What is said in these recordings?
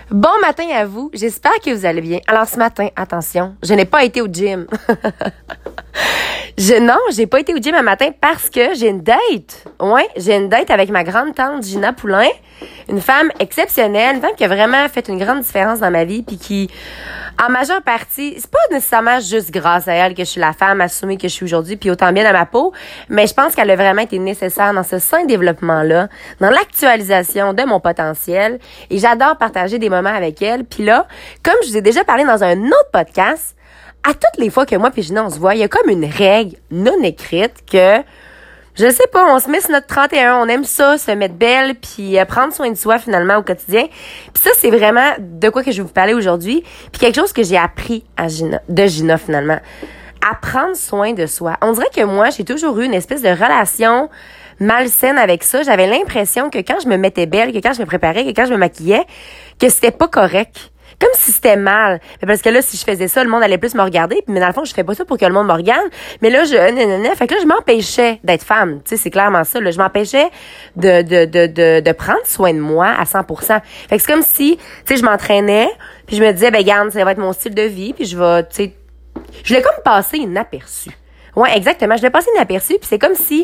Bon matin à vous, j'espère que vous allez bien. Alors ce matin, attention, je n'ai pas été au gym. J'ai pas été au gym un matin parce que j'ai une date. Ouais, j'ai une date avec ma grande tante Gina Poulain, une femme exceptionnelle, une femme qui a vraiment fait une grande différence dans ma vie puis qui, en majeure partie, c'est pas nécessairement juste grâce à elle que je suis la femme assumée que je suis aujourd'hui puis autant bien dans ma peau, mais je pense qu'elle a vraiment été nécessaire dans ce sain développement-là, dans l'actualisation de mon potentiel et j'adore partager des moments avec elle. Puis là, comme je vous ai déjà parlé dans un autre podcast, à toutes les fois que moi et Gina, on se voit, il y a comme une règle non écrite que, je sais pas, on se met sur notre 31, on aime ça, se mettre belle, puis prendre soin de soi finalement au quotidien. Puis ça, c'est vraiment de quoi que je vais vous parler aujourd'hui. Puis quelque chose que j'ai appris de Gina finalement. À prendre soin de soi. On dirait que moi, j'ai toujours eu une espèce de relation malsaine avec ça. J'avais l'impression que quand je me mettais belle, que quand je me préparais, que quand je me maquillais, que c'était pas correct. Comme si c'était mal. Mais parce que là, si je faisais ça, le monde allait plus me regarder. Mais dans le fond, je fais pas ça pour que le monde me regarde. Mais là, fait que là, je m'empêchais d'être femme. Tu sais, c'est clairement ça, là. Je m'empêchais de prendre soin de moi à 100%. Fait que c'est comme si, tu sais, je m'entraînais, puis je me disais, ben, garde, ça va être mon style de vie, puis je vais, tu sais, je l'ai comme passé inaperçu. Ouais, exactement. Je l'ai passé inaperçu, puis c'est comme si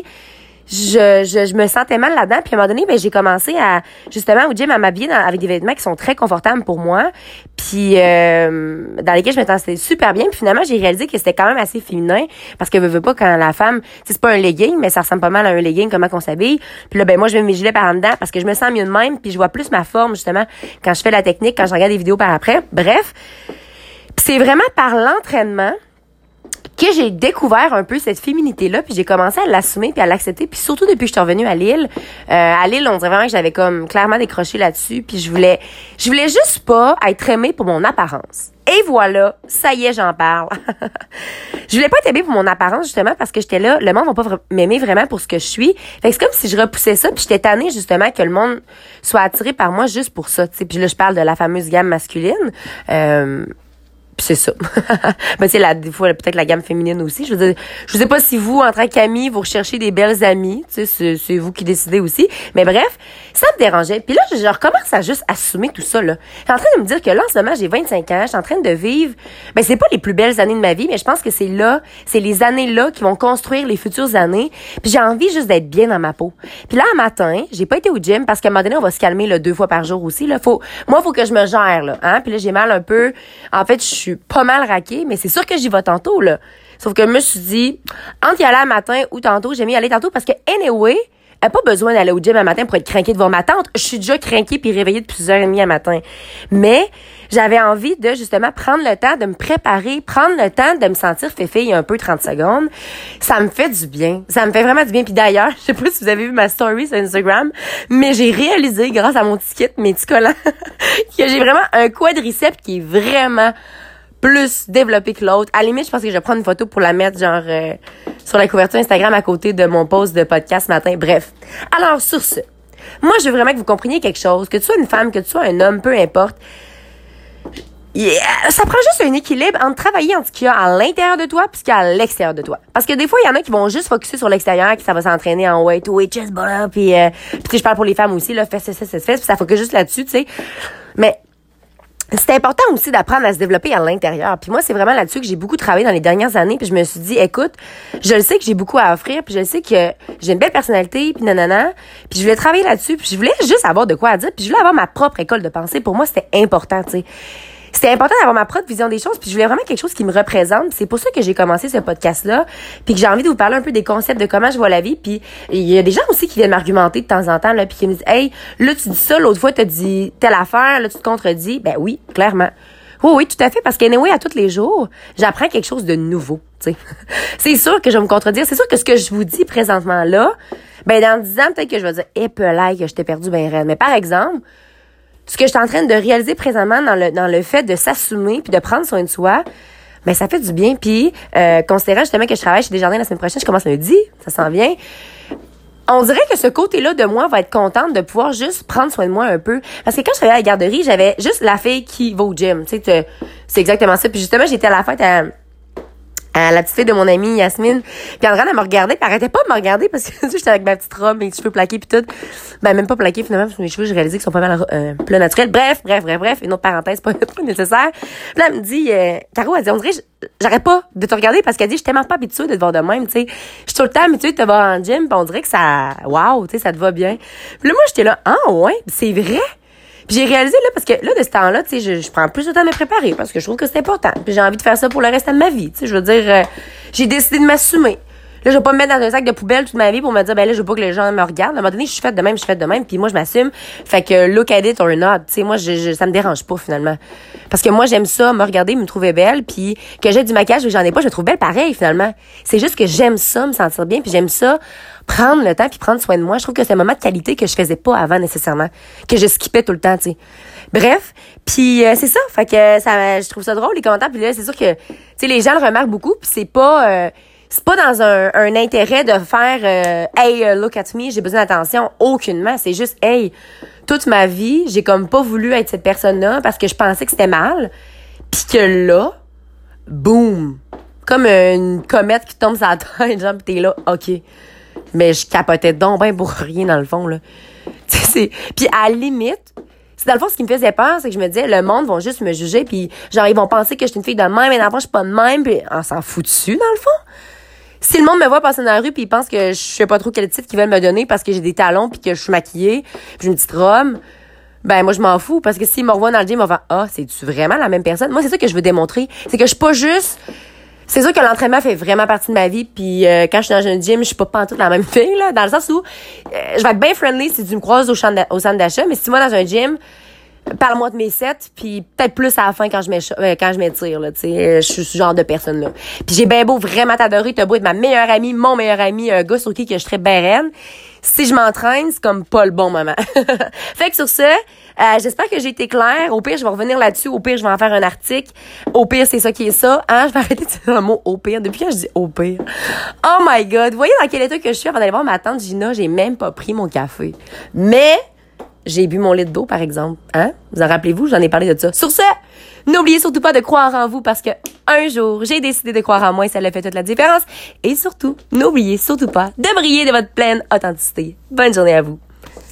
je me sentais mal là-dedans, puis à un moment donné, ben j'ai commencé à justement au gym à m'habiller avec des vêtements qui sont très confortables pour moi, puis dans lesquels je me sentais super bien, puis finalement j'ai réalisé que c'était quand même assez féminin parce que veux pas quand la femme, c'est pas un legging, mais ça ressemble pas mal à un legging comment qu'on s'habille. Puis là ben moi je mets mes gilets par en dedans parce que je me sens mieux de même, puis je vois plus ma forme justement quand je fais la technique, quand je regarde des vidéos par après. Bref, puis c'est vraiment par l'entraînement que j'ai découvert un peu cette féminité-là, puis j'ai commencé à l'assumer puis à l'accepter, puis surtout depuis que je suis revenue à Lille. À Lille, on dirait vraiment que j'avais comme clairement décroché là-dessus, puis je voulais juste pas être aimée pour mon apparence. Et voilà, ça y est, j'en parle. Je voulais pas être aimée pour mon apparence, justement, parce que j'étais là, le monde va pas m'aimer vraiment pour ce que je suis. Fait que c'est comme si je repoussais ça, puis j'étais tannée, justement, que le monde soit attiré par moi juste pour ça, tu sais. Puis là, je parle de la fameuse gamme masculine. Puis c'est ça. Ben, tu sais, des fois, peut-être la gamme féminine aussi. Je veux dire, je sais pas si vous, en tant qu'amis, vous recherchez des belles amies. Tu sais, c'est vous qui décidez aussi. Mais bref, ça me dérangeait. Puis là, je recommence à juste assumer tout ça, là. Je suis en train de me dire que là, en ce moment, j'ai 25 ans. Je suis en train de vivre, ben, c'est pas les plus belles années de ma vie, mais je pense que c'est les années-là qui vont construire les futures années. Puis j'ai envie juste d'être bien dans ma peau. Puis là, un matin, j'ai pas été au gym parce qu'à un moment donné, on va se calmer, là, 2 fois par jour aussi, là. Faut que je me gère, là, hein. Puis là, j'ai mal un peu. En fait, je suis pas mal raquée, mais c'est sûr que j'y vais tantôt, là. Sauf que je me suis dit, entre y aller un matin ou tantôt, j'aime mieux y aller tantôt parce que, anyway, elle a pas besoin d'aller au gym un matin pour être craquée devant ma tante. Je suis déjà craquée puis réveillée depuis 6h30 un matin. Mais j'avais envie de, justement, prendre le temps de me préparer, prendre le temps de me sentir féfille un peu 30 secondes. Ça me fait du bien. Ça me fait vraiment du bien. Puis d'ailleurs, je sais pas si vous avez vu ma story sur Instagram, mais j'ai réalisé, grâce à mon petit kit, mes petits collants, que j'ai vraiment un quadriceps qui est vraiment plus développé que l'autre. À la limite, je pense que je vais prendre une photo pour la mettre genre sur la couverture Instagram à côté de mon post de podcast matin. Bref. Alors, sur ce, moi, je veux vraiment que vous compreniez quelque chose, que tu sois une femme, que tu sois un homme, peu importe. Yeah, ça prend juste un équilibre entre travailler entre ce qu'il y a à l'intérieur de toi puis ce qu'il y a à l'extérieur de toi. Parce que des fois, il y en a qui vont juste focuser sur l'extérieur, qui ça va s'entraîner en weight, chest, blah, puis tu sais, je parle pour les femmes aussi, là, fais, puis ça focus juste là-dessus, tu sais. Mais c'est important aussi d'apprendre à se développer à l'intérieur. Puis moi, c'est vraiment là-dessus que j'ai beaucoup travaillé dans les dernières années. Puis je me suis dit, écoute, je le sais que j'ai beaucoup à offrir, puis je le sais que j'ai une belle personnalité, puis nanana. Puis je voulais travailler là-dessus, puis je voulais juste avoir de quoi à dire, puis je voulais avoir ma propre école de pensée. Pour moi, c'était important, tu sais. C'était important d'avoir ma propre vision des choses, puis je voulais vraiment quelque chose qui me représente. C'est pour ça que j'ai commencé ce podcast-là, puis que j'ai envie de vous parler un peu des concepts de comment je vois la vie. Puis il y a des gens aussi qui viennent m'argumenter de temps en temps, là, puis qui me disent « Hey, là, tu dis ça, l'autre fois, t'as dit telle affaire, là, tu te contredis. » Ben oui, clairement. Oui, tout à fait, parce qu'anyway, à tous les jours, j'apprends quelque chose de nouveau, tu sais. C'est sûr que je vais me contredire. C'est sûr que ce que je vous dis présentement là, ben dans 10 ans, peut-être que je vais dire « Épelaye, que je t'ai perdu ben raide. » Mais par exemple, ce que je suis en train de réaliser présentement dans le fait de s'assumer puis de prendre soin de soi, ben ça fait du bien. Puis considérant justement que je travaille chez Desjardins la semaine prochaine, je commence lundi, ça s'en vient. On dirait que ce côté-là de moi va être contente de pouvoir juste prendre soin de moi un peu. Parce que quand je travaillais à la garderie, j'avais juste la fille qui va au gym. Tu sais, c'est exactement ça. Puis justement, j'étais à la fête la petite fille de mon amie Yasmine. Puis Andréane, elle me regardait, puis elle arrêtait pas de me regarder parce que j'étais avec ma petite robe, mes cheveux plaqués puis tout. Ben même pas plaqués finalement parce que mes cheveux, j'ai réalisé qu'ils sont pas mal plus naturels. Bref, une autre parenthèse pas nécessaire. Puis là, elle me dit Caro, elle dit on dirait j'arrête pas de te regarder parce qu'elle dit je t'aime pas habituée de te voir de même, tu sais. Je suis tout le temps habituée de te voir en gym, puis on dirait que ça waouh, tu sais, ça te va bien. Puis là moi j'étais là ouais, c'est vrai. Puis j'ai réalisé, là, parce que là, de ce temps-là, tu sais, je prends plus de temps à me préparer parce que je trouve que c'est important. Puis j'ai envie de faire ça pour le reste de ma vie, tu sais. Je veux dire, j'ai décidé de m'assumer. Là, je vais pas me mettre dans un sac de poubelle toute ma vie pour me dire, ben là, je veux pas que les gens me regardent. À un moment donné, je suis faite de même, puis moi, je m'assume. Fait que look at it or not, tu sais, moi, ça me dérange pas, finalement. Parce que moi, j'aime ça, me regarder, me trouver belle, puis que j'ai du maquillage ou que j'en ai pas, je me trouve belle pareil, finalement. C'est juste que j'aime ça, me sentir bien, puis j'aime ça, prendre le temps puis prendre soin de moi. Je trouve que c'est un moment de qualité que je faisais pas avant, nécessairement. Que je skippais tout le temps, tu sais. Bref, puis c'est ça. Fait que je trouve ça drôle, les commentaires. Puis là, c'est sûr que, tu sais, les gens le remarquent beaucoup, puis c'est pas dans un intérêt de faire hey, look at me, j'ai besoin d'attention. Aucunement. C'est juste, hey, toute ma vie, j'ai comme pas voulu être cette personne-là parce que je pensais que c'était mal. Puis que là, boum, comme une comète qui tombe sur la tête, genre, pis t'es là, OK. Mais je capotais donc ben pour rien, dans le fond, là. Tu sais, puis à la limite, c'est dans le fond, ce qui me faisait peur, c'est que je me disais, le monde va juste me juger, puis genre, ils vont penser que je suis une fille de même, mais dans le fond, je suis pas de même, puis on s'en fout dessus, dans le fond. Si le monde me voit passer dans la rue puis ils pensent que je sais pas trop quel titre qu'ils veulent me donner parce que j'ai des talons puis que je suis maquillée puis j'ai une petite robe, ben moi je m'en fous parce que s'ils me revoient dans le gym, ils vont faire c'est-tu vraiment la même personne? Moi, c'est ça que je veux démontrer. C'est que je suis pas juste... C'est sûr que l'entraînement fait vraiment partie de ma vie puis quand je suis dans un gym, je suis pas pantoute la même fille, là, dans le sens où je vais être bien friendly si tu me croises au centre d'achat, mais si tu vas dans un gym, parle-moi de mes sets, puis peut-être plus à la fin quand je m'étire, là, tu sais. Je suis ce genre de personne-là. Puis j'ai bien beau vraiment t'adorer, t'as beau être ma meilleure amie, mon meilleur ami, un gars sur qui que je serais bien reine. Si je m'entraîne, c'est comme pas le bon moment. Fait que sur ce, j'espère que j'ai été claire. Au pire, je vais revenir là-dessus. Au pire, je vais en faire un article. Au pire, c'est ça qui est ça. Je vais arrêter de dire le mot au pire. Depuis quand je dis au pire? Oh my God! Vous voyez dans quel état que je suis avant d'aller voir ma tante Gina? J'ai même pas pris mon café. Mais... j'ai bu mon litre d'eau, par exemple. Vous en rappelez-vous? J'en ai parlé de ça. Sur ce, n'oubliez surtout pas de croire en vous parce que un jour, j'ai décidé de croire en moi et ça a fait toute la différence. Et surtout, n'oubliez surtout pas de briller de votre pleine authenticité. Bonne journée à vous.